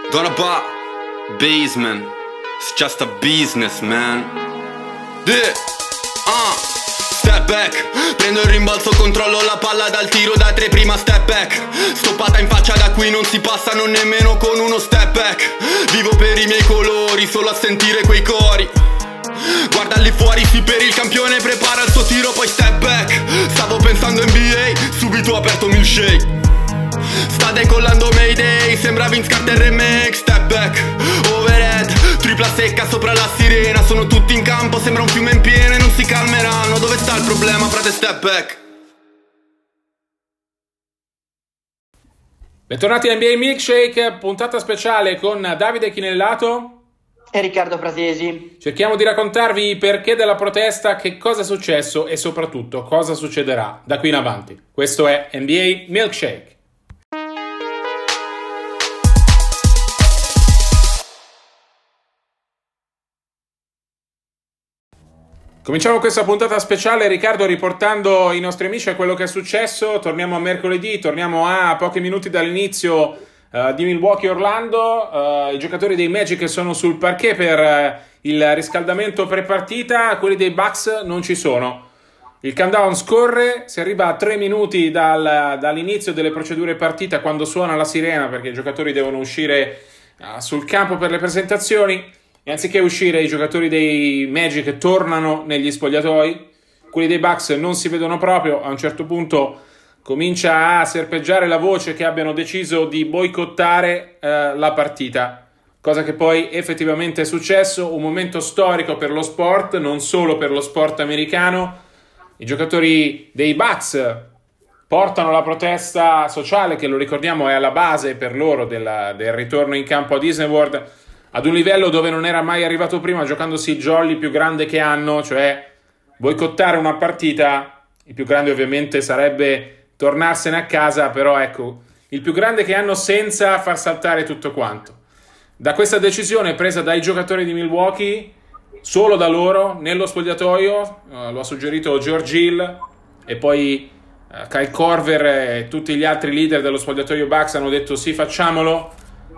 Gonna buy basement. It's just a business, man. Step back, prendo il rimbalzo, controllo la palla dal tiro da tre, prima step back. Stoppata in faccia, da qui non si passa non nemmeno con uno step back. Vivo per i miei colori, solo a sentire quei cori. Guarda lì fuori, sì, per il campione, prepara il suo tiro, poi step back. Stavo pensando NBA, subito ho aperto milkshake. Sta decollando Mayday, sembra Vince Carter remake. Step back, overhead, tripla secca sopra la sirena. Sono tutti in campo, sembra un fiume in piena e non si calmeranno. Dove sta il problema, frate? Step back. Bentornati a NBA Milkshake, puntata speciale con Davide Chinellato e Riccardo Pratesi. Cerchiamo di raccontarvi i perché della protesta, che cosa è successo e soprattutto cosa succederà da qui in avanti. Questo è NBA Milkshake. Cominciamo questa puntata speciale, Riccardo, riportando i nostri amici a quello che è successo. Torniamo a mercoledì, torniamo a pochi minuti dall'inizio di Milwaukee-Orlando. I giocatori dei Magic sono sul parquet per il riscaldamento pre-partita, quelli dei Bucks non ci sono. Il countdown scorre, si arriva a 3 minuti dall'inizio delle procedure partita, quando suona la sirena, perché i giocatori devono uscire sul campo per le presentazioni. E anziché uscire, i giocatori dei Magic tornano negli spogliatoi. Quelli dei Bucks non si vedono proprio. A un certo punto comincia a serpeggiare la voce che abbiano deciso di boicottare la partita, cosa che poi effettivamente è successo. Un momento storico per lo sport, non solo per lo sport americano. I giocatori dei Bucks portano la protesta sociale, che lo ricordiamo è alla base per loro del ritorno in campo a Disney World, ad un livello dove non era mai arrivato prima, giocandosi il jolly più grande che hanno, cioè boicottare una partita. Il più grande ovviamente sarebbe tornarsene a casa, però ecco, il più grande che hanno senza far saltare tutto quanto. Da questa decisione presa dai giocatori di Milwaukee, solo da loro, nello spogliatoio, lo ha suggerito George Hill, e poi Kyle Korver e tutti gli altri leader dello spogliatoio Bucks hanno detto sì, facciamolo.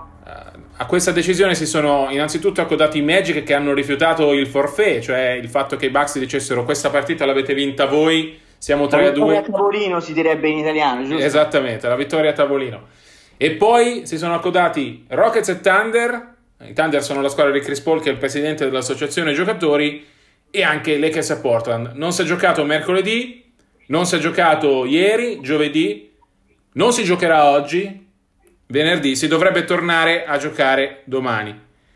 A questa decisione si sono innanzitutto accodati i Magic, che hanno rifiutato il forfait, cioè il fatto che i Bucks dicessero questa partita l'avete vinta voi, siamo 3-2. La vittoria a tavolino si direbbe in italiano, giusto? Esattamente, la vittoria a tavolino. E poi si sono accodati Rockets e Thunder. I Thunder sono la squadra di Chris Paul, che è il presidente dell'associazione giocatori, e anche Lakers e Portland. Non si è giocato mercoledì, non si è giocato ieri, giovedì, non si giocherà oggi. Venerdì si dovrebbe tornare a giocare domani.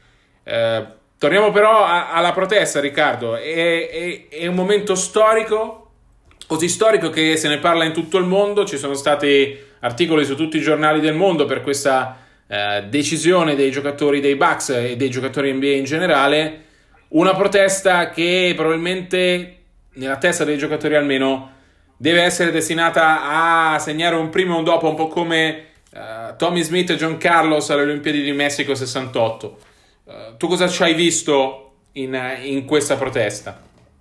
Torniamo però alla protesta, Riccardo. È un momento storico, così storico che se ne parla in tutto il mondo. Ci sono stati articoli su tutti i giornali del mondo per questa decisione dei giocatori dei Bucks e dei giocatori NBA in generale. Una protesta che probabilmente, nella testa dei giocatori almeno, deve essere destinata a segnare un prima e un dopo, un po' come Tommy Smith e John Carlos alle Olimpiadi di Messico 68. Tu cosa ci hai visto in questa protesta?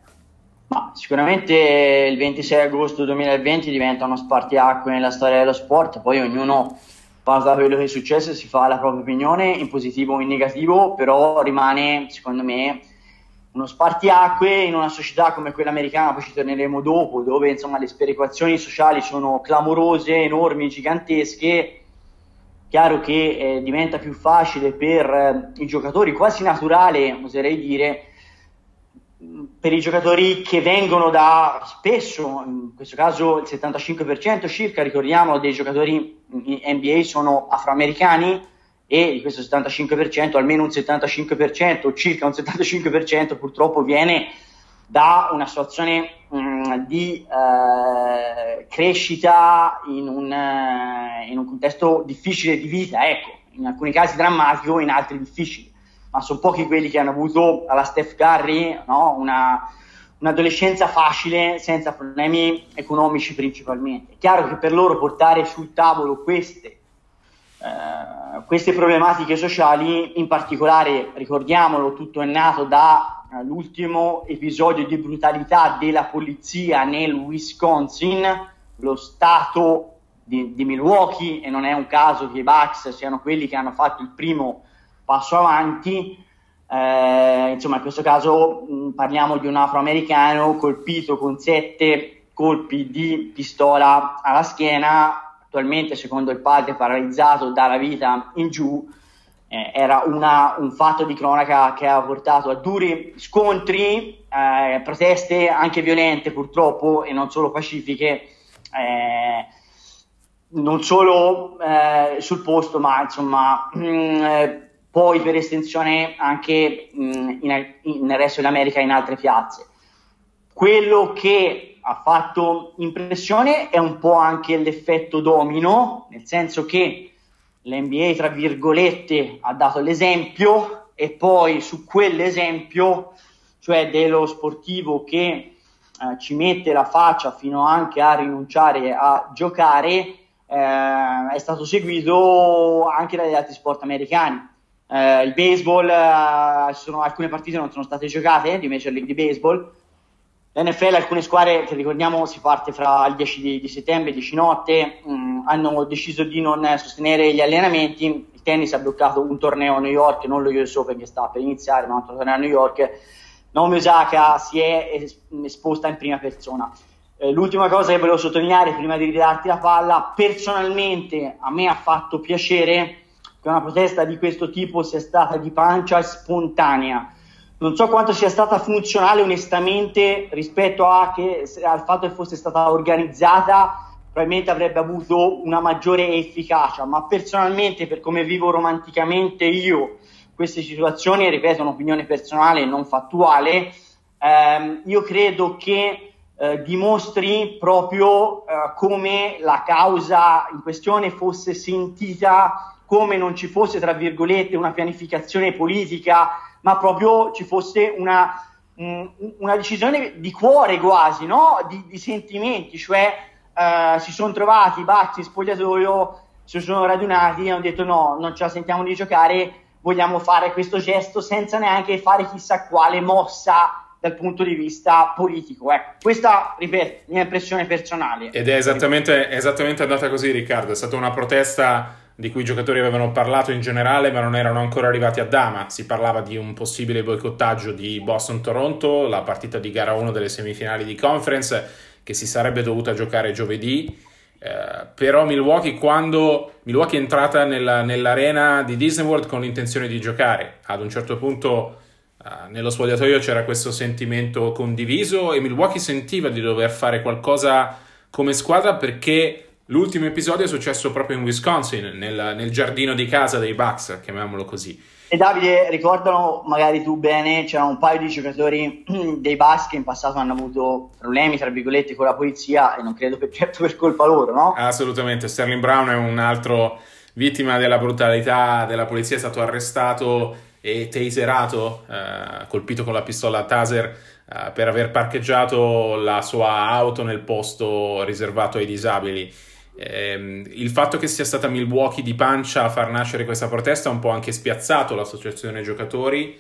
Ma sicuramente il 26 agosto 2020 diventa uno spartiacque nella storia dello sport. Poi ognuno parla da quello che è successo e si fa la propria opinione, in positivo o in negativo, però rimane, secondo me, uno spartiacque in una società come quella americana. Poi ci torneremo dopo, dove insomma le sperequazioni sociali sono clamorose, enormi, gigantesche. Chiaro che diventa più facile per i giocatori, quasi naturale, oserei dire, per i giocatori che vengono da, spesso, in questo caso il 75% circa, ricordiamo, dei giocatori NBA sono afroamericani, e di questo 75%, almeno un 75%, circa un 75% purtroppo viene da una situazione di crescita in un contesto difficile di vita, ecco, in alcuni casi drammatico, in altri difficili, ma sono pochi quelli che hanno avuto alla Steph Curry, no? Un'adolescenza facile, senza problemi economici principalmente. È chiaro che per loro portare sul tavolo queste problematiche sociali, in particolare, ricordiamolo, tutto è nato dall'ultimo episodio di brutalità della polizia nel Wisconsin, lo stato di Milwaukee, e non è un caso che i Bucks siano quelli che hanno fatto il primo passo avanti. Insomma, in questo caso parliamo di un afroamericano colpito con 7 colpi di pistola alla schiena, attualmente secondo il padre paralizzato dalla vita in giù. Era un fatto di cronaca che ha portato a duri scontri, proteste anche violente purtroppo, e non solo pacifiche, non solo sul posto, ma insomma poi per estensione anche nel resto dell'America, in altre piazze. Quello che ha fatto impressione è un po' anche l'effetto domino, nel senso che l'NBA, tra virgolette, ha dato l'esempio, e poi su quell'esempio, cioè dello sportivo che ci mette la faccia fino anche a rinunciare a giocare, è stato seguito anche dagli altri sport americani. Il baseball, alcune partite non sono state giocate di Major League di baseball. L'NFL, alcune squadre, che ricordiamo si parte fra il 10 di settembre e il 10 notte, hanno deciso di non sostenere gli allenamenti. Il tennis ha bloccato un torneo a New York, non lo US Open che sta per iniziare, ma un altro torneo a New York. Naomi Osaka si è esposta in prima persona. L'ultima cosa che volevo sottolineare prima di ridarti la palla: personalmente a me ha fatto piacere che una protesta di questo tipo sia stata di pancia e spontanea. Non so quanto sia stata funzionale onestamente rispetto al fatto che fosse stata organizzata, probabilmente avrebbe avuto una maggiore efficacia, ma personalmente, per come vivo romanticamente io queste situazioni, e ripeto, un'opinione personale e non fattuale, io credo che dimostri proprio come la causa in questione fosse sentita, come non ci fosse, tra virgolette, una pianificazione politica, ma proprio ci fosse una decisione di cuore quasi, no? Di sentimenti, cioè si sono trovati i Bucks in spogliatoio, si sono radunati e hanno detto no, non ce la sentiamo di giocare, vogliamo fare questo gesto senza neanche fare chissà quale mossa dal punto di vista politico. Questa, ripeto, mia impressione personale. Ed è esattamente andata così, Riccardo. È stata una protesta di cui i giocatori avevano parlato in generale, ma non erano ancora arrivati a Dama. Si parlava di un possibile boicottaggio di Boston-Toronto, la partita di gara 1 delle semifinali di conference, che si sarebbe dovuta giocare giovedì. Però quando Milwaukee è entrata nell'arena di Disney World con l'intenzione di giocare, ad un certo punto nello spogliatoio c'era questo sentimento condiviso e Milwaukee sentiva di dover fare qualcosa come squadra, perché l'ultimo episodio è successo proprio in Wisconsin, nel giardino di casa dei Bucks, chiamiamolo così. E Davide, ricordano magari tu bene, c'erano un paio di giocatori dei Bucks che in passato hanno avuto problemi, tra virgolette, con la polizia, e non credo certo per colpa loro, no? Assolutamente. Sterling Brown è un altro vittima della brutalità della polizia, è stato arrestato e taserato, colpito con la pistola taser, per aver parcheggiato la sua auto nel posto riservato ai disabili. Il fatto che sia stata Milwaukee di pancia a far nascere questa protesta ha un po' anche spiazzato l'associazione giocatori.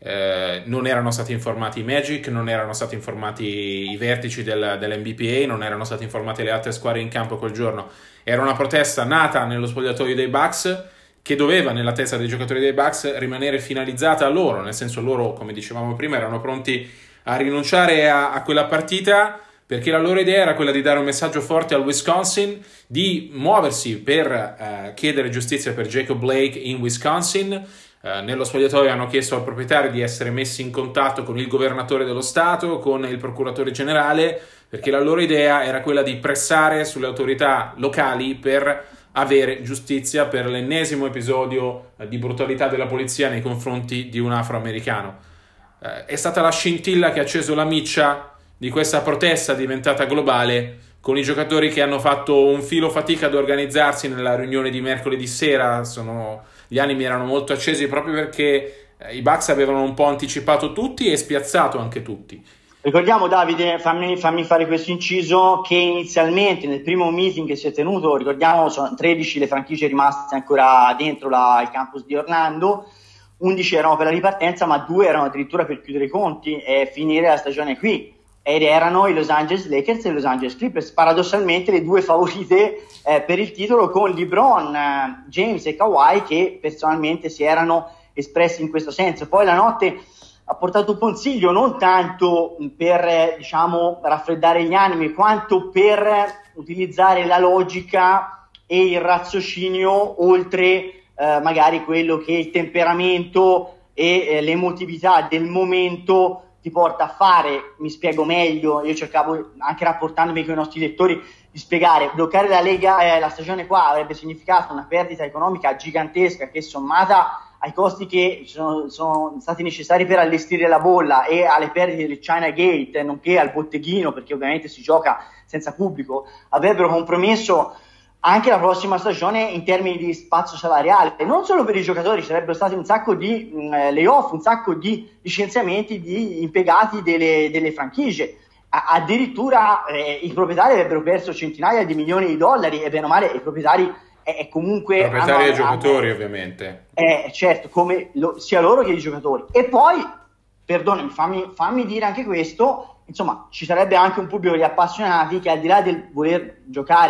Non erano stati informati i Magic, non erano stati informati i vertici dell'NBPA, non erano state informate le altre squadre in campo quel giorno. Era una protesta nata nello spogliatoio dei Bucks, che doveva, nella testa dei giocatori dei Bucks, rimanere finalizzata a loro, nel senso, loro, come dicevamo prima, erano pronti a rinunciare a quella partita, perché la loro idea era quella di dare un messaggio forte al Wisconsin, di muoversi per chiedere giustizia per Jacob Blake in Wisconsin. Nello spogliatoio hanno chiesto al proprietario di essere messi in contatto con il governatore dello Stato, con il procuratore generale, perché la loro idea era quella di pressare sulle autorità locali per avere giustizia per l'ennesimo episodio di brutalità della polizia nei confronti di un afroamericano. È stata la scintilla che ha acceso la miccia di questa protesta diventata globale, con i giocatori che hanno fatto un filo fatica ad organizzarsi nella riunione di mercoledì sera. Gli animi erano molto accesi proprio perché i Bucks avevano un po' anticipato tutti e spiazzato anche tutti. Ricordiamo, Davide, fammi fare questo inciso, che inizialmente nel primo meeting che si è tenuto, ricordiamo, sono 13 le franchigie rimaste ancora dentro il campus di Orlando, 11 erano per la ripartenza, ma 2 erano addirittura per chiudere i conti e finire la stagione qui. ed erano i Los Angeles Lakers e i Los Angeles Clippers, paradossalmente le due favorite per il titolo, con LeBron James e Kawhi che personalmente si erano espressi in questo senso. Poi la notte ha portato un consiglio non tanto per diciamo raffreddare gli animi quanto per utilizzare la logica e il raziocinio oltre magari quello che il temperamento e l'emotività del momento ti porta a fare. Mi spiego meglio, io cercavo anche rapportandomi con i nostri lettori di spiegare: bloccare la Lega la stagione qua avrebbe significato una perdita economica gigantesca che, sommata ai costi che sono stati necessari per allestire la bolla e alle perdite del China Gate, nonché al botteghino, perché ovviamente si gioca senza pubblico, avrebbero compromesso anche la prossima stagione in termini di spazio salariale. Non solo per i giocatori, ci sarebbero stati un sacco di layoff, un sacco di licenziamenti di impiegati delle franchigie. Addirittura i proprietari avrebbero perso centinaia di milioni di dollari, e bene o male i proprietari comunque proprietari e giocatori ovviamente certo, come sia loro che i giocatori. E poi, perdonami, fammi dire anche questo, insomma ci sarebbe anche un pubblico di appassionati che, al di là del veder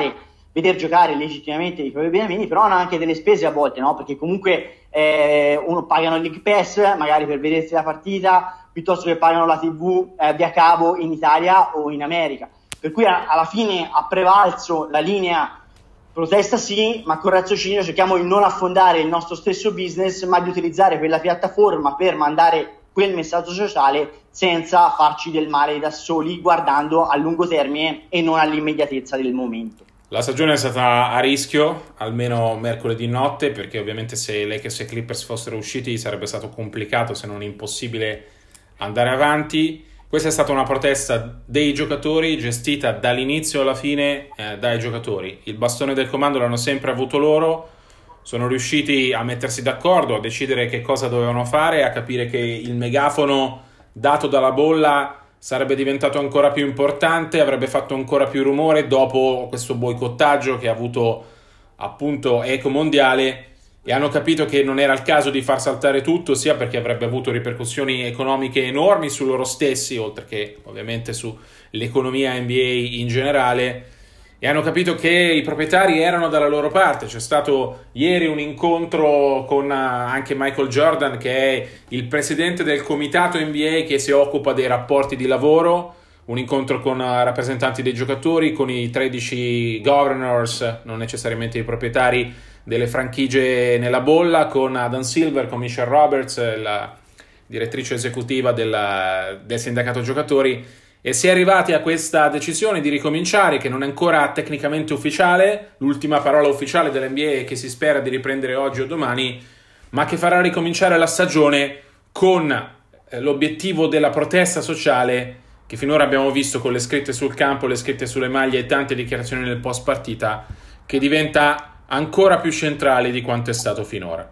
giocare legittimamente i propri bambini, però hanno anche delle spese a volte, no? Perché comunque uno pagano il League Pass magari per vedersi la partita, piuttosto che pagano la TV via cavo in Italia o in America. Per cui alla fine ha prevalso la linea protesta sì, ma con raziocinio cerchiamo di non affondare il nostro stesso business, ma di utilizzare quella piattaforma per mandare quel messaggio sociale senza farci del male da soli, guardando a lungo termine e non all'immediatezza del momento. La stagione è stata a rischio, almeno mercoledì notte, perché ovviamente se Lakers e Clippers fossero usciti sarebbe stato complicato, se non impossibile, andare avanti. Questa è stata una protesta dei giocatori, gestita dall'inizio alla fine dai giocatori. Il bastone del comando l'hanno sempre avuto loro, sono riusciti a mettersi d'accordo, a decidere che cosa dovevano fare, a capire che il megafono dato dalla bolla sarebbe diventato ancora più importante, avrebbe fatto ancora più rumore dopo questo boicottaggio che ha avuto appunto eco mondiale, e hanno capito che non era il caso di far saltare tutto, sia perché avrebbe avuto ripercussioni economiche enormi su loro stessi, oltre che ovviamente sull'economia NBA in generale, e hanno capito che i proprietari erano dalla loro parte. C'è stato ieri un incontro con anche Michael Jordan, che è il presidente del comitato NBA che si occupa dei rapporti di lavoro, un incontro con rappresentanti dei giocatori, con i 13 governors, non necessariamente i proprietari, delle franchigie nella bolla, con Adam Silver, con Michelle Roberts, la direttrice esecutiva del sindacato giocatori, e si è arrivati a questa decisione di ricominciare, che non è ancora tecnicamente ufficiale. L'ultima parola ufficiale dell'NBA è che si spera di riprendere oggi o domani, ma che farà ricominciare la stagione con l'obiettivo della protesta sociale, che finora abbiamo visto con le scritte sul campo, le scritte sulle maglie e tante dichiarazioni nel post partita, che diventa ancora più centrale di quanto è stato finora.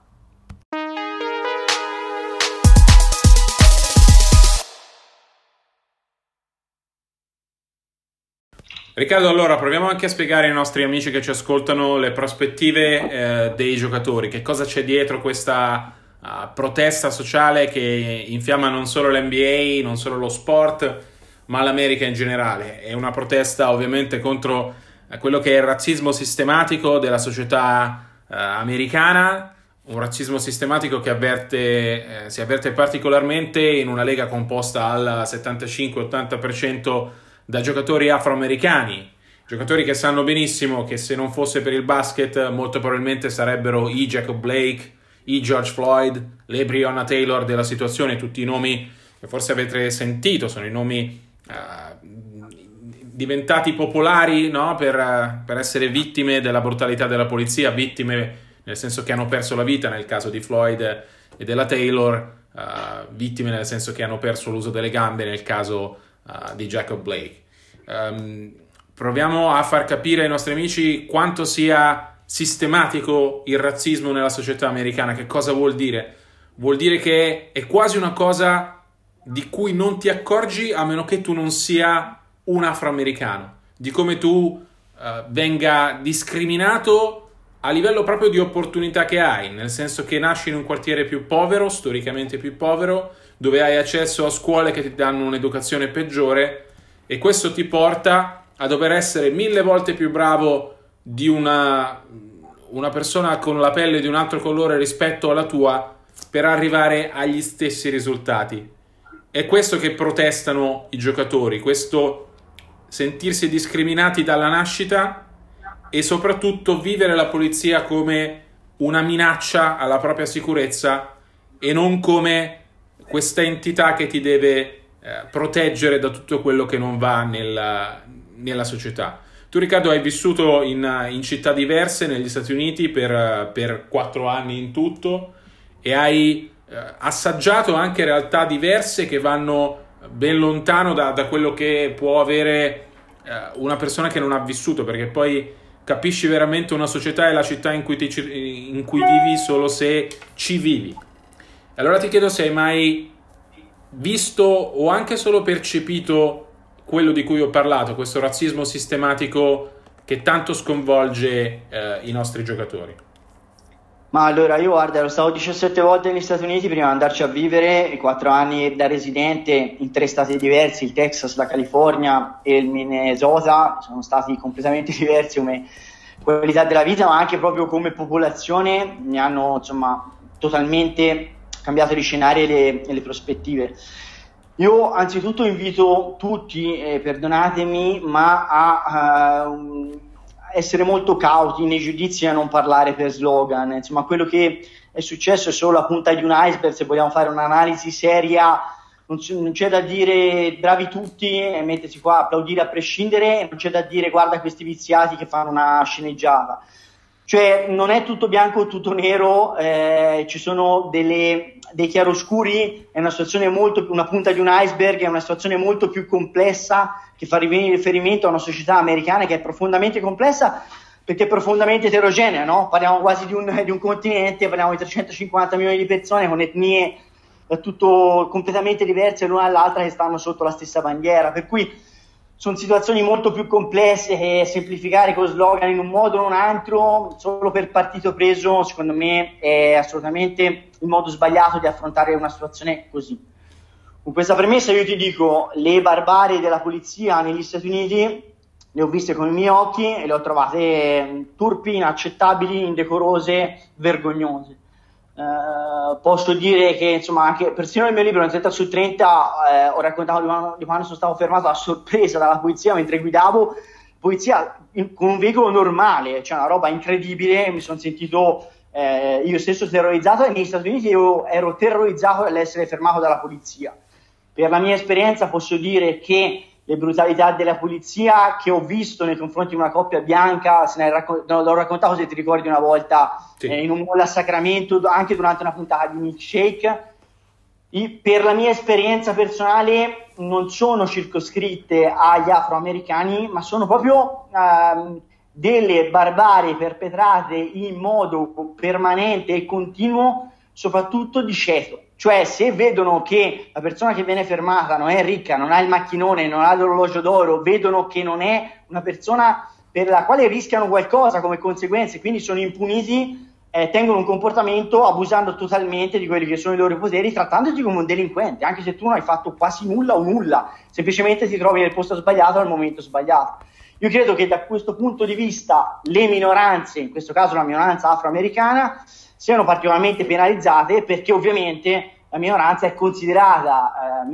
Riccardo, allora proviamo anche a spiegare ai nostri amici che ci ascoltano le prospettive dei giocatori, che cosa c'è dietro questa protesta sociale che infiamma non solo l'NBA, non solo lo sport, ma l'America in generale. È una protesta ovviamente contro quello che è il razzismo sistematico della società americana, un razzismo sistematico che si avverte particolarmente in una lega composta al 75-80% da giocatori afroamericani, giocatori che sanno benissimo che se non fosse per il basket molto probabilmente sarebbero i Jacob Blake, i George Floyd, le Breonna Taylor della situazione, tutti i nomi che forse avete sentito, sono i nomi diventati popolari, no? per essere vittime della brutalità della polizia, vittime nel senso che hanno perso la vita nel caso di Floyd e della Taylor, vittime nel senso che hanno perso l'uso delle gambe nel caso di Jacob Blake. Proviamo a far capire ai nostri amici quanto sia sistematico il razzismo nella società americana. Che cosa vuol dire? Vuol dire che è quasi una cosa di cui non ti accorgi a meno che tu non sia un afroamericano, di come tu venga discriminato a livello proprio di opportunità che hai, nel senso che nasci in un quartiere più povero, storicamente più povero, dove hai accesso a scuole che ti danno un'educazione peggiore, e questo ti porta a dover essere 1000 volte più bravo di una persona con la pelle di un altro colore rispetto alla tua per arrivare agli stessi risultati. È questo che protestano i giocatori, questo sentirsi discriminati dalla nascita e soprattutto vivere la polizia come una minaccia alla propria sicurezza e non come questa entità che ti deve proteggere da tutto quello che non va nella società. Tu, Riccardo, hai vissuto in città diverse negli Stati Uniti per 4 anni in tutto e hai assaggiato anche realtà diverse che vanno ben lontano da quello che può avere una persona che non ha vissuto, perché poi capisci veramente una società e la città in cui vivi solo se ci vivi. Allora ti chiedo se hai mai visto o anche solo percepito quello di cui ho parlato, questo razzismo sistematico che tanto sconvolge i nostri giocatori. Ma allora, io guarda, ero stato 17 volte negli Stati Uniti prima di andarci a vivere, 4 anni da residente in 3 stati diversi, il Texas, la California e il Minnesota. Sono stati completamente diversi come qualità della vita, ma anche proprio come popolazione, mi hanno insomma totalmente cambiato gli scenari e le prospettive. Io anzitutto invito tutti, perdonatemi, ma a essere molto cauti nei giudizi e a non parlare per slogan. Insomma, quello che è successo è solo la punta di un iceberg. Se vogliamo fare un'analisi seria, non c'è da dire bravi tutti e mettersi qua a applaudire a prescindere, non c'è da dire guarda questi viziati che fanno una sceneggiata. Cioè non è tutto bianco o tutto nero, ci sono dei chiaroscuri, è una situazione una punta di un iceberg, è una situazione molto più complessa che fa riferimento a una società americana che è profondamente complessa perché è profondamente eterogenea, no? Parliamo quasi di un continente, parliamo di 350 milioni di persone con etnie tutto completamente diverse l'una dall'altra che stanno sotto la stessa bandiera, per cui sono situazioni molto più complesse che semplificare con slogan in un modo o in un altro, solo per partito preso, secondo me è assolutamente il modo sbagliato di affrontare una situazione così. Con questa premessa io ti dico, le barbarie della polizia negli Stati Uniti le ho viste con i miei occhi e le ho trovate turpi, inaccettabili, indecorose, vergognose. Posso dire che insomma anche persino nel mio libro 30 su 30 ho raccontato di quando sono stato fermato a sorpresa dalla polizia mentre guidavo, polizia con un veicolo normale, cioè una roba incredibile. Mi sono sentito io stesso terrorizzato e negli Stati Uniti io ero terrorizzato dall'essere fermato dalla polizia. Per la mia esperienza posso dire che le brutalità della polizia che ho visto nei confronti di una coppia bianca, l'ho raccontato, se ti ricordi, una volta sì, in un mall a Sacramento, anche durante una puntata di Milkshake. Per la mia esperienza personale non sono circoscritte agli afroamericani, ma sono proprio delle barbarie perpetrate in modo permanente e continuo, soprattutto di ceto. Cioè, se vedono che la persona che viene fermata non è ricca, non ha il macchinone, non ha l'orologio d'oro, vedono che non è una persona per la quale rischiano qualcosa come conseguenze, quindi sono impuniti, tengono un comportamento abusando totalmente di quelli che sono i loro poteri, trattandoti come un delinquente, anche se tu non hai fatto quasi nulla o nulla, semplicemente ti trovi nel posto sbagliato al momento sbagliato. Io credo che da questo punto di vista le minoranze, in questo caso la minoranza afroamericana, siano particolarmente penalizzate perché ovviamente la minoranza è considerata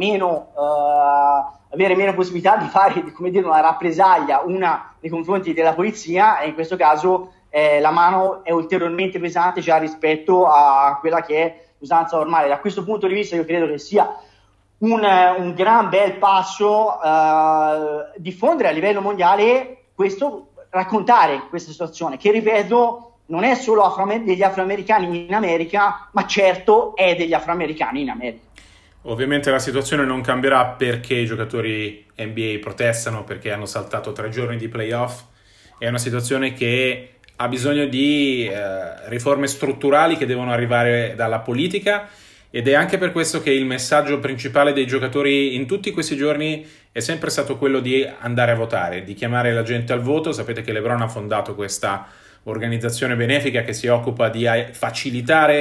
avere meno possibilità di fare, come dire, una rappresaglia nei confronti della polizia, e in questo caso la mano è ulteriormente pesante già rispetto a quella che è l'usanza normale. Da questo punto di vista io credo che sia un gran bel passo diffondere a livello mondiale raccontare questa situazione che, ripeto, non è solo degli afroamericani in America, ma certo è degli afroamericani in America. Ovviamente la situazione non cambierà perché i giocatori NBA protestano, perché hanno saltato 3 giorni di playoff. È una situazione che ha bisogno di riforme strutturali che devono arrivare dalla politica, ed è anche per questo che il messaggio principale dei giocatori in tutti questi giorni è sempre stato quello di andare a votare, di chiamare la gente al voto. Sapete che LeBron ha fondato questa organizzazione benefica che si occupa di facilitare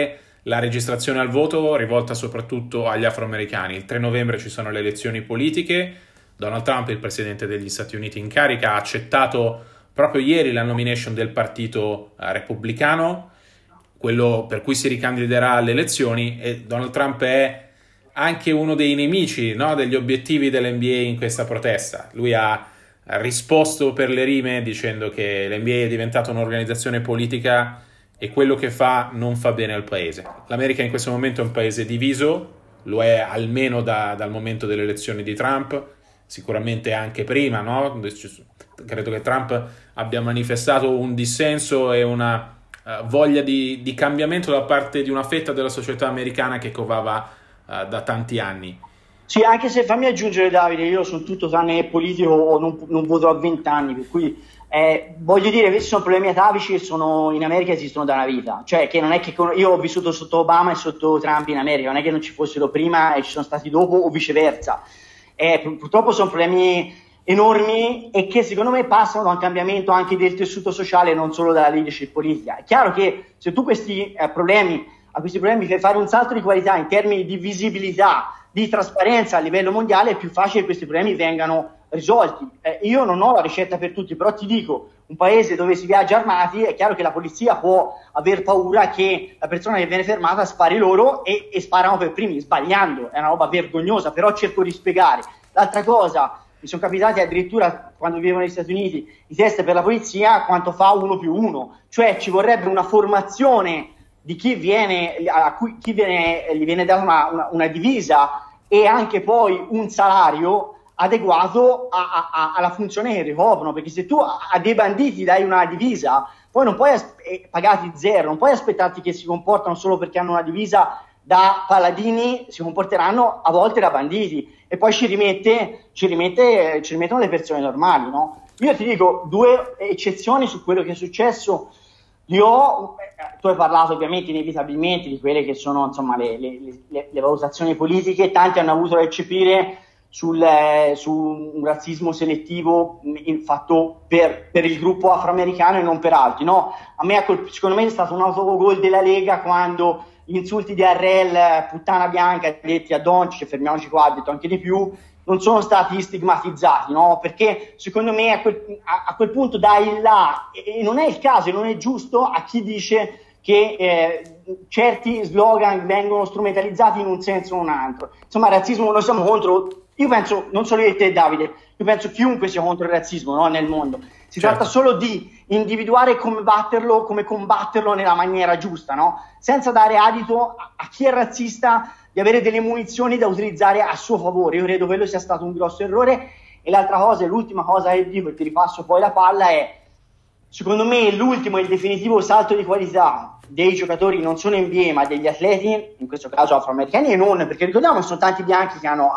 la registrazione al voto rivolta soprattutto agli afroamericani. Il 3 novembre ci sono le elezioni politiche. Donald Trump, il presidente degli Stati Uniti in carica, ha accettato proprio ieri la nomination del partito repubblicano, quello per cui si ricandiderà alle elezioni, e Donald Trump è anche uno dei nemici, no, degli obiettivi dell'NBA in questa protesta. Lui ha risposto per le rime dicendo che l'NBA è diventata un'organizzazione politica e quello che fa non fa bene al paese. L'America in questo momento è un paese diviso, lo è almeno dal momento delle elezioni di Trump, sicuramente anche prima, no? Credo che Trump abbia manifestato un dissenso e una voglia di cambiamento da parte di una fetta della società americana che covava da tanti anni. Sì, anche se fammi aggiungere, Davide, io sono tutto tranne politico, o non voto a 20 anni, per cui voglio dire, questi sono problemi atavici che in America esistono da una vita, cioè che non è che io ho vissuto sotto Obama e sotto Trump in America, non è che non ci fossero prima e ci sono stati dopo o viceversa. Purtroppo sono problemi enormi e che secondo me passano da un cambiamento anche del tessuto sociale, non solo dalla leadership politica. È chiaro che se tu a questi problemi fai fare un salto di qualità in termini di visibilità, di trasparenza a livello mondiale, è più facile che questi problemi vengano risolti. Io non ho la ricetta per tutti, però ti dico, un paese dove si viaggia armati, è chiaro che la polizia può aver paura che la persona che viene fermata spari loro e sparano per primi, sbagliando, è una roba vergognosa, però cerco di spiegare. L'altra cosa, mi sono capitati addirittura quando vivevo negli Stati Uniti i test per la polizia, quanto fa 1+1, cioè ci vorrebbe una formazione di chi viene, gli viene data una divisa e anche poi un salario adeguato alla funzione che ricoprono, perché se tu a dei banditi dai una divisa, poi non puoi pagati zero, non puoi aspettarti che si comportano solo perché hanno una divisa da paladini, si comporteranno a volte da banditi, e poi ci rimettono le persone normali, no? Io ti dico due eccezioni su quello che è successo. Tu hai parlato ovviamente inevitabilmente di quelle che sono, insomma, le valutazioni politiche. Tanti hanno avuto da eccepire su un razzismo selettivo fatto per il gruppo afroamericano e non per altri, no? Secondo me è stato un autogol della Lega quando gli insulti di Arrel, puttana bianca, detti a Doncic, fermiamoci qua, ha detto anche di più, non sono stati stigmatizzati, no? Perché secondo me a quel punto dai là, e non è il caso e non è giusto a chi dice che certi slogan vengono strumentalizzati in un senso o in un altro. Insomma, il razzismo noi siamo contro, io penso, non solo io e te Davide, io penso chiunque sia contro il razzismo, no? Nel mondo. Si tratta solo di individuare come combatterlo nella maniera giusta, no? Senza dare adito a chi è razzista di avere delle munizioni da utilizzare a suo favore. Io credo quello sia stato un grosso errore. E l'altra cosa, l'ultima cosa che dico, e ti ripasso poi la palla, è secondo me l'ultimo e il definitivo salto di qualità dei giocatori, non solo NBA ma degli atleti, in questo caso afroamericani e non, perché ricordiamo che sono tanti bianchi che hanno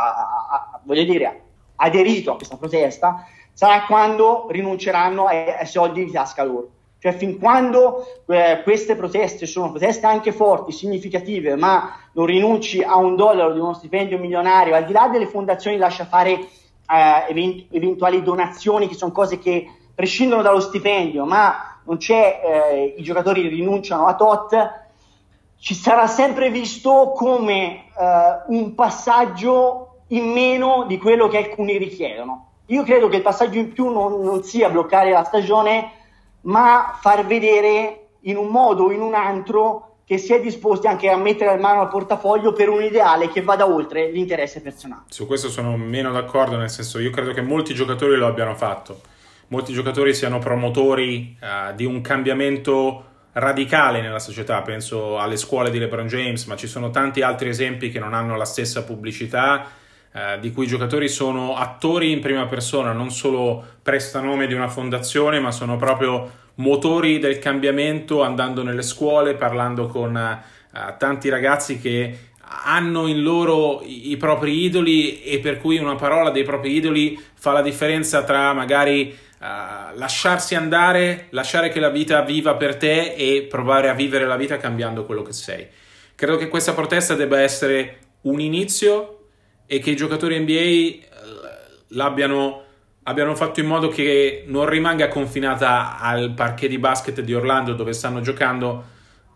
aderito a questa protesta, sarà quando rinunceranno ai soldi di tasca loro. Cioè fin quando queste proteste sono proteste anche forti, significative, ma non rinunci a $1 di uno stipendio milionario, al di là delle fondazioni lascia fare eventuali donazioni, che sono cose che prescindono dallo stipendio, ma non c'è, i giocatori rinunciano a tot, ci sarà sempre visto come un passaggio in meno di quello che alcuni richiedono. Io credo che il passaggio in più non sia bloccare la stagione, ma far vedere in un modo o in un altro che si è disposti anche a mettere mano al portafoglio per un ideale che vada oltre l'interesse personale. Su questo sono meno d'accordo, nel senso, io credo che molti giocatori lo abbiano fatto. Molti giocatori siano promotori di un cambiamento radicale nella società. Penso alle scuole di LeBron James, ma ci sono tanti altri esempi che non hanno la stessa pubblicità, di cui i giocatori sono attori in prima persona, non solo prestanome di una fondazione, ma sono proprio motori del cambiamento, andando nelle scuole, parlando con tanti ragazzi che hanno in loro i propri idoli, e per cui una parola dei propri idoli fa la differenza tra magari lasciarsi andare, lasciare che la vita viva per te e provare a vivere la vita cambiando quello che sei. Credo che questa protesta debba essere un inizio e che i giocatori NBA abbiano fatto in modo che non rimanga confinata al parquet di basket di Orlando dove stanno giocando,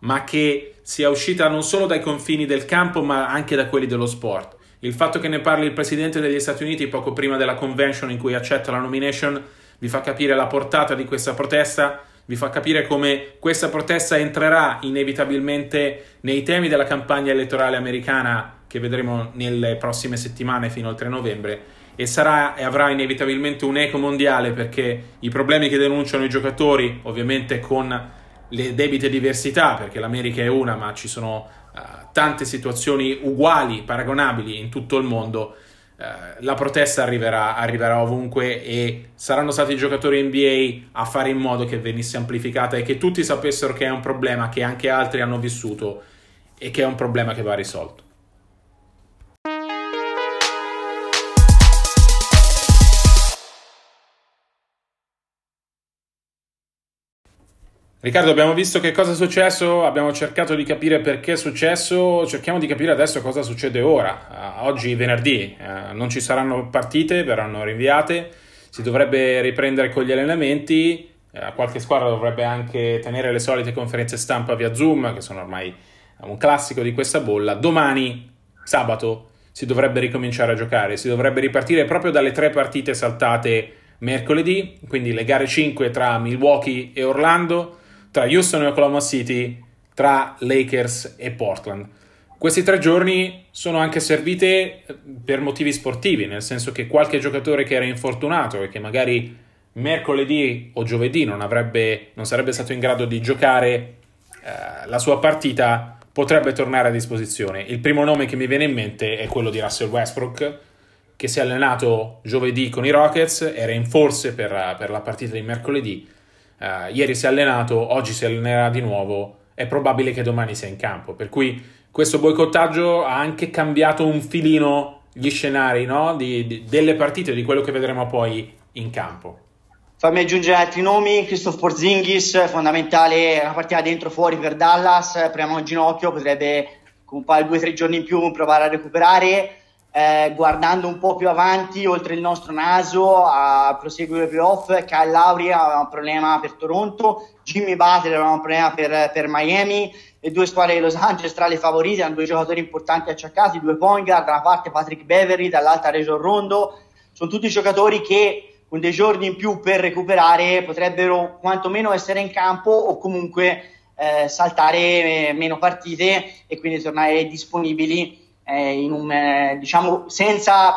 ma che sia uscita non solo dai confini del campo, ma anche da quelli dello sport. Il fatto che ne parli il presidente degli Stati Uniti poco prima della convention in cui accetta la nomination vi fa capire la portata di questa protesta, vi fa capire come questa protesta entrerà inevitabilmente nei temi della campagna elettorale americana che vedremo nelle prossime settimane fino al 3 novembre e avrà inevitabilmente un eco mondiale, perché i problemi che denunciano i giocatori, ovviamente con le debite diversità, perché l'America è una, ma ci sono tante situazioni uguali, paragonabili in tutto il mondo, la protesta arriverà ovunque e saranno stati i giocatori NBA a fare in modo che venisse amplificata e che tutti sapessero che è un problema che anche altri hanno vissuto e che è un problema che va risolto. Riccardo, abbiamo visto che cosa è successo, abbiamo cercato di capire perché è successo, cerchiamo di capire adesso cosa succede ora. Oggi venerdì non ci saranno partite, verranno rinviate, si dovrebbe riprendere con gli allenamenti, qualche squadra dovrebbe anche tenere le solite conferenze stampa via Zoom, che sono ormai un classico di questa bolla. Domani, sabato, si dovrebbe ricominciare a giocare, si dovrebbe ripartire proprio dalle 3 partite saltate mercoledì, quindi le gare 5 tra Milwaukee e Orlando, tra Houston e Oklahoma City, tra Lakers e Portland. Questi 3 giorni sono anche servite per motivi sportivi, nel senso che qualche giocatore che era infortunato e che magari mercoledì o giovedì non sarebbe stato in grado di giocare la sua partita, potrebbe tornare a disposizione. Il primo nome che mi viene in mente è quello di Russell Westbrook, che si è allenato giovedì con i Rockets, era in forze per la partita di mercoledì. Ieri si è allenato, oggi si allenerà di nuovo, è probabile che domani sia in campo, per cui questo boicottaggio ha anche cambiato un filino gli scenari, no? delle partite, di quello che vedremo poi in campo. Fammi aggiungere altri nomi: Kristaps Porzingis, fondamentale, una partita dentro fuori per Dallas, premiamo un ginocchio, potrebbe con un paio 2-3 giorni in più provare a recuperare. Guardando un po' più avanti, oltre il nostro naso, a proseguire i playoff, Kyle Lowry aveva un problema per Toronto, Jimmy Butler aveva un problema per Miami, le 2 squadre di Los Angeles tra le favorite hanno 2 giocatori importanti acciaccati, 2 point guard, da una parte Patrick Beverley, dall'altra Rajon Rondo. Sono tutti giocatori che con dei giorni in più per recuperare potrebbero quantomeno essere in campo o comunque saltare meno partite e quindi tornare disponibili diciamo senza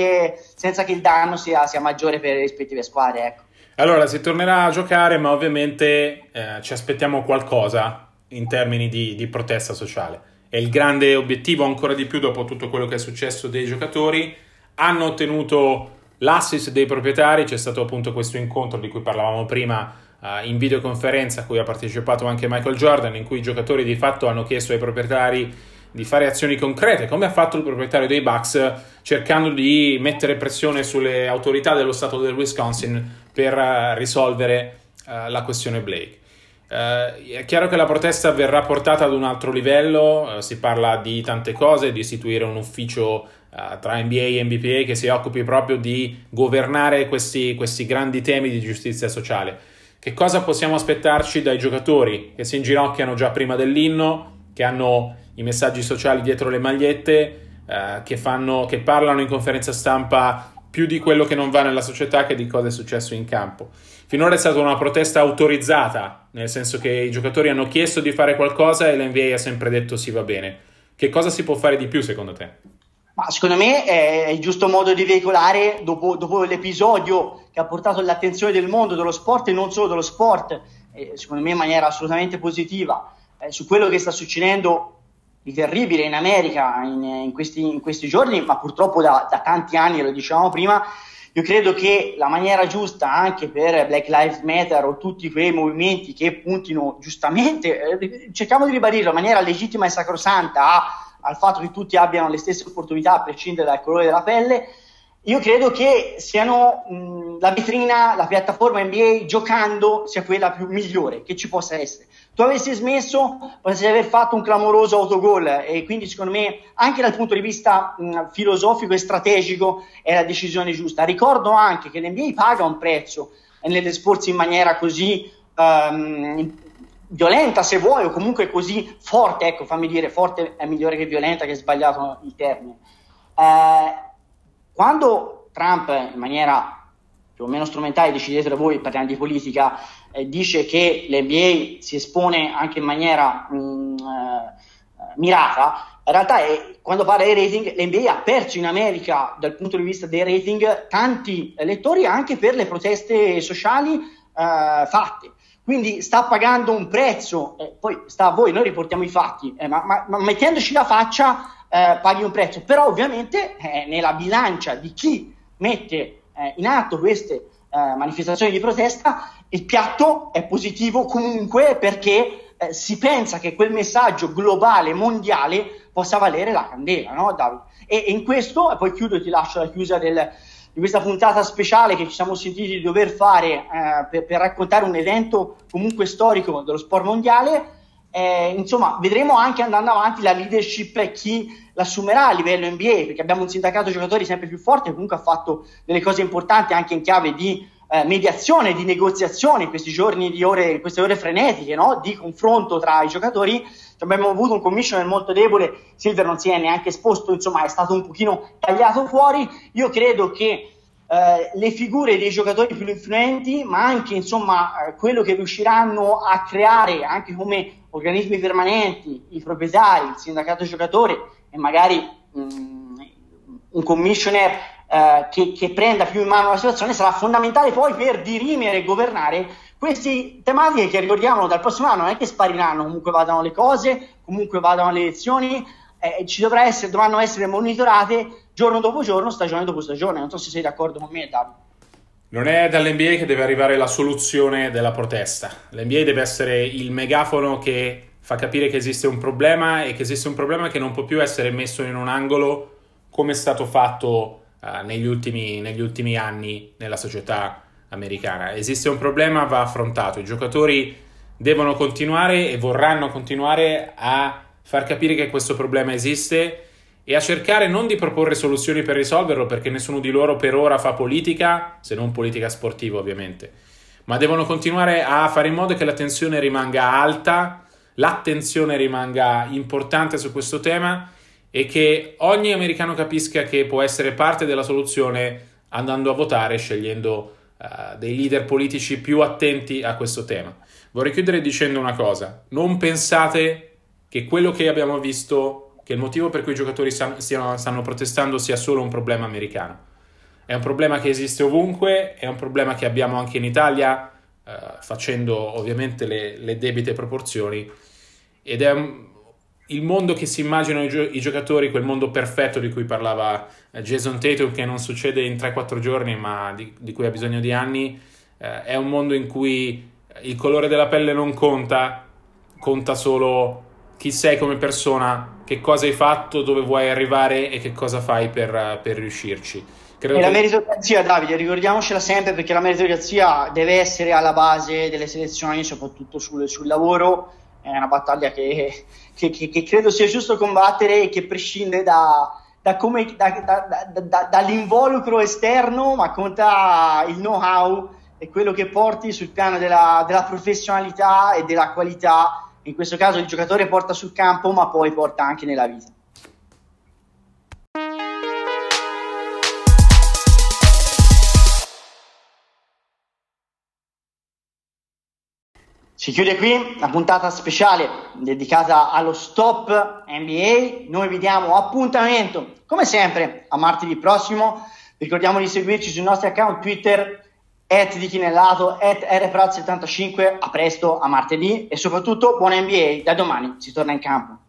che il danno sia maggiore per le rispettive squadre, ecco. Allora si tornerà a giocare, ma ovviamente ci aspettiamo qualcosa in termini di protesta sociale. È il grande obiettivo, ancora di più dopo tutto quello che è successo dei giocatori. Hanno ottenuto l'assist dei proprietari, c'è stato appunto questo incontro di cui parlavamo prima in videoconferenza a cui ha partecipato anche Michael Jordan, in cui i giocatori di fatto hanno chiesto ai proprietari di fare azioni concrete, come ha fatto il proprietario dei Bucks, cercando di mettere pressione sulle autorità dello stato del Wisconsin per risolvere la questione Blake. È chiaro che la protesta verrà portata ad un altro livello, si parla di tante cose, di istituire un ufficio tra NBA e NBPA che si occupi proprio di governare questi grandi temi di giustizia sociale. Che cosa possiamo aspettarci dai giocatori che si inginocchiano già prima dell'inno, che hanno i messaggi sociali dietro le magliette, che parlano in conferenza stampa più di quello che non va nella società che di cosa è successo in campo? Finora è stata una protesta autorizzata, nel senso che i giocatori hanno chiesto di fare qualcosa e l'NBA ha sempre detto sì, va bene. Che cosa si può fare di più secondo te? Ma secondo me è il giusto modo di veicolare dopo l'episodio che ha portato l'attenzione del mondo dello sport e non solo dello sport, secondo me in maniera assolutamente positiva, su quello che sta succedendo di terribile in America in questi giorni, ma purtroppo da tanti anni, lo dicevamo prima. Io credo che la maniera giusta anche per Black Lives Matter o tutti quei movimenti che puntino giustamente, cerchiamo di ribadirlo in maniera legittima e sacrosanta al fatto che tutti abbiano le stesse opportunità a prescindere dal colore della pelle, io credo che siano la vetrina, la piattaforma NBA giocando sia quella più migliore che ci possa essere. Tu avessi smesso, potresti aver fatto un clamoroso autogol e quindi secondo me anche dal punto di vista filosofico e strategico è la decisione giusta. Ricordo anche che l'NBA paga un prezzo nell'esporsi in maniera così violenta se vuoi, o comunque così forte, ecco, fammi dire, forte è migliore che violenta, che è sbagliato il termine. Quando Trump, in maniera più o meno strumentale, decidete da voi, parliamo di politica, dice che l'NBA si espone anche in maniera mirata, in realtà quando parla dei rating, l'NBA ha perso in America dal punto di vista dei rating tanti lettori anche per le proteste sociali fatte, quindi sta pagando un prezzo, poi sta a voi, noi riportiamo i fatti, ma mettendoci la faccia paghi un prezzo, però ovviamente nella bilancia di chi mette in atto queste manifestazioni di protesta il piatto è positivo comunque, perché si pensa che quel messaggio globale, mondiale, possa valere la candela, no, Davide? E in questo, e poi chiudo e ti lascio la chiusa di questa puntata speciale che ci siamo sentiti di dover fare per raccontare un evento comunque storico dello sport mondiale. Insomma, vedremo anche andando avanti la leadership, chi l'assumerà a livello NBA, perché abbiamo un sindacato giocatori sempre più forte, che comunque ha fatto delle cose importanti anche in chiave di mediazione, di negoziazione in questi giorni, in queste ore frenetiche, no? Di confronto tra i giocatori. Abbiamo avuto un commissioner molto debole, Silver non si è neanche esposto, insomma è stato un pochino tagliato fuori. Io credo che le figure dei giocatori più influenti, ma anche insomma quello che riusciranno a creare anche come organismi permanenti, i proprietari, il sindacato giocatore e magari un commissioner che prenda più in mano la situazione, sarà fondamentale poi per dirimere e governare queste tematiche che, ricordiamo, dal prossimo anno non è che spariranno, comunque vadano le cose, comunque vadano le elezioni, dovranno essere monitorate giorno dopo giorno, stagione dopo stagione. Non so se sei d'accordo con me, Davide. Non è dall'NBA che deve arrivare la soluzione della protesta. L'NBA deve essere il megafono che fa capire che esiste un problema, e che esiste un problema che non può più essere messo in un angolo come è stato fatto negli ultimi anni nella società americana. Esiste un problema, va affrontato. I giocatori devono continuare e vorranno continuare a far capire che questo problema esiste e a cercare non di proporre soluzioni per risolverlo, perché nessuno di loro per ora fa politica, se non politica sportiva ovviamente, ma devono continuare a fare in modo che l'attenzione rimanga alta, l'attenzione rimanga importante su questo tema, e che ogni americano capisca che può essere parte della soluzione andando a votare, scegliendo dei leader politici più attenti a questo tema. Vorrei chiudere dicendo una cosa: non pensate che quello che abbiamo visto, che il motivo per cui i giocatori stanno protestando sia solo un problema americano. È un problema che esiste ovunque, è un problema che abbiamo anche in Italia, facendo ovviamente le debite proporzioni, ed è il mondo che si immaginano i giocatori, quel mondo perfetto di cui parlava Jason Tatum, che non succede in 3-4 giorni ma di cui ha bisogno di anni. È un mondo in cui il colore della pelle non conta solo chi sei come persona, che cosa hai fatto, dove vuoi arrivare e che cosa fai per riuscirci. La meritocrazia, Davide, ricordiamocela sempre, perché la meritocrazia deve essere alla base delle selezioni, soprattutto sul lavoro. È una battaglia che credo sia giusto combattere e che prescinde dall'involucro esterno, ma conta il know-how e quello che porti sul piano della professionalità e della qualità. In questo caso il giocatore porta sul campo, ma poi porta anche nella vita. Si chiude qui la puntata speciale dedicata allo stop NBA. Noi vi diamo appuntamento, come sempre, a martedì prossimo. Ricordiamo di seguirci sui nostri account Twitter, @dichinellato, @rprat75. A presto, a martedì, e soprattutto buona NBA. Da domani si torna in campo.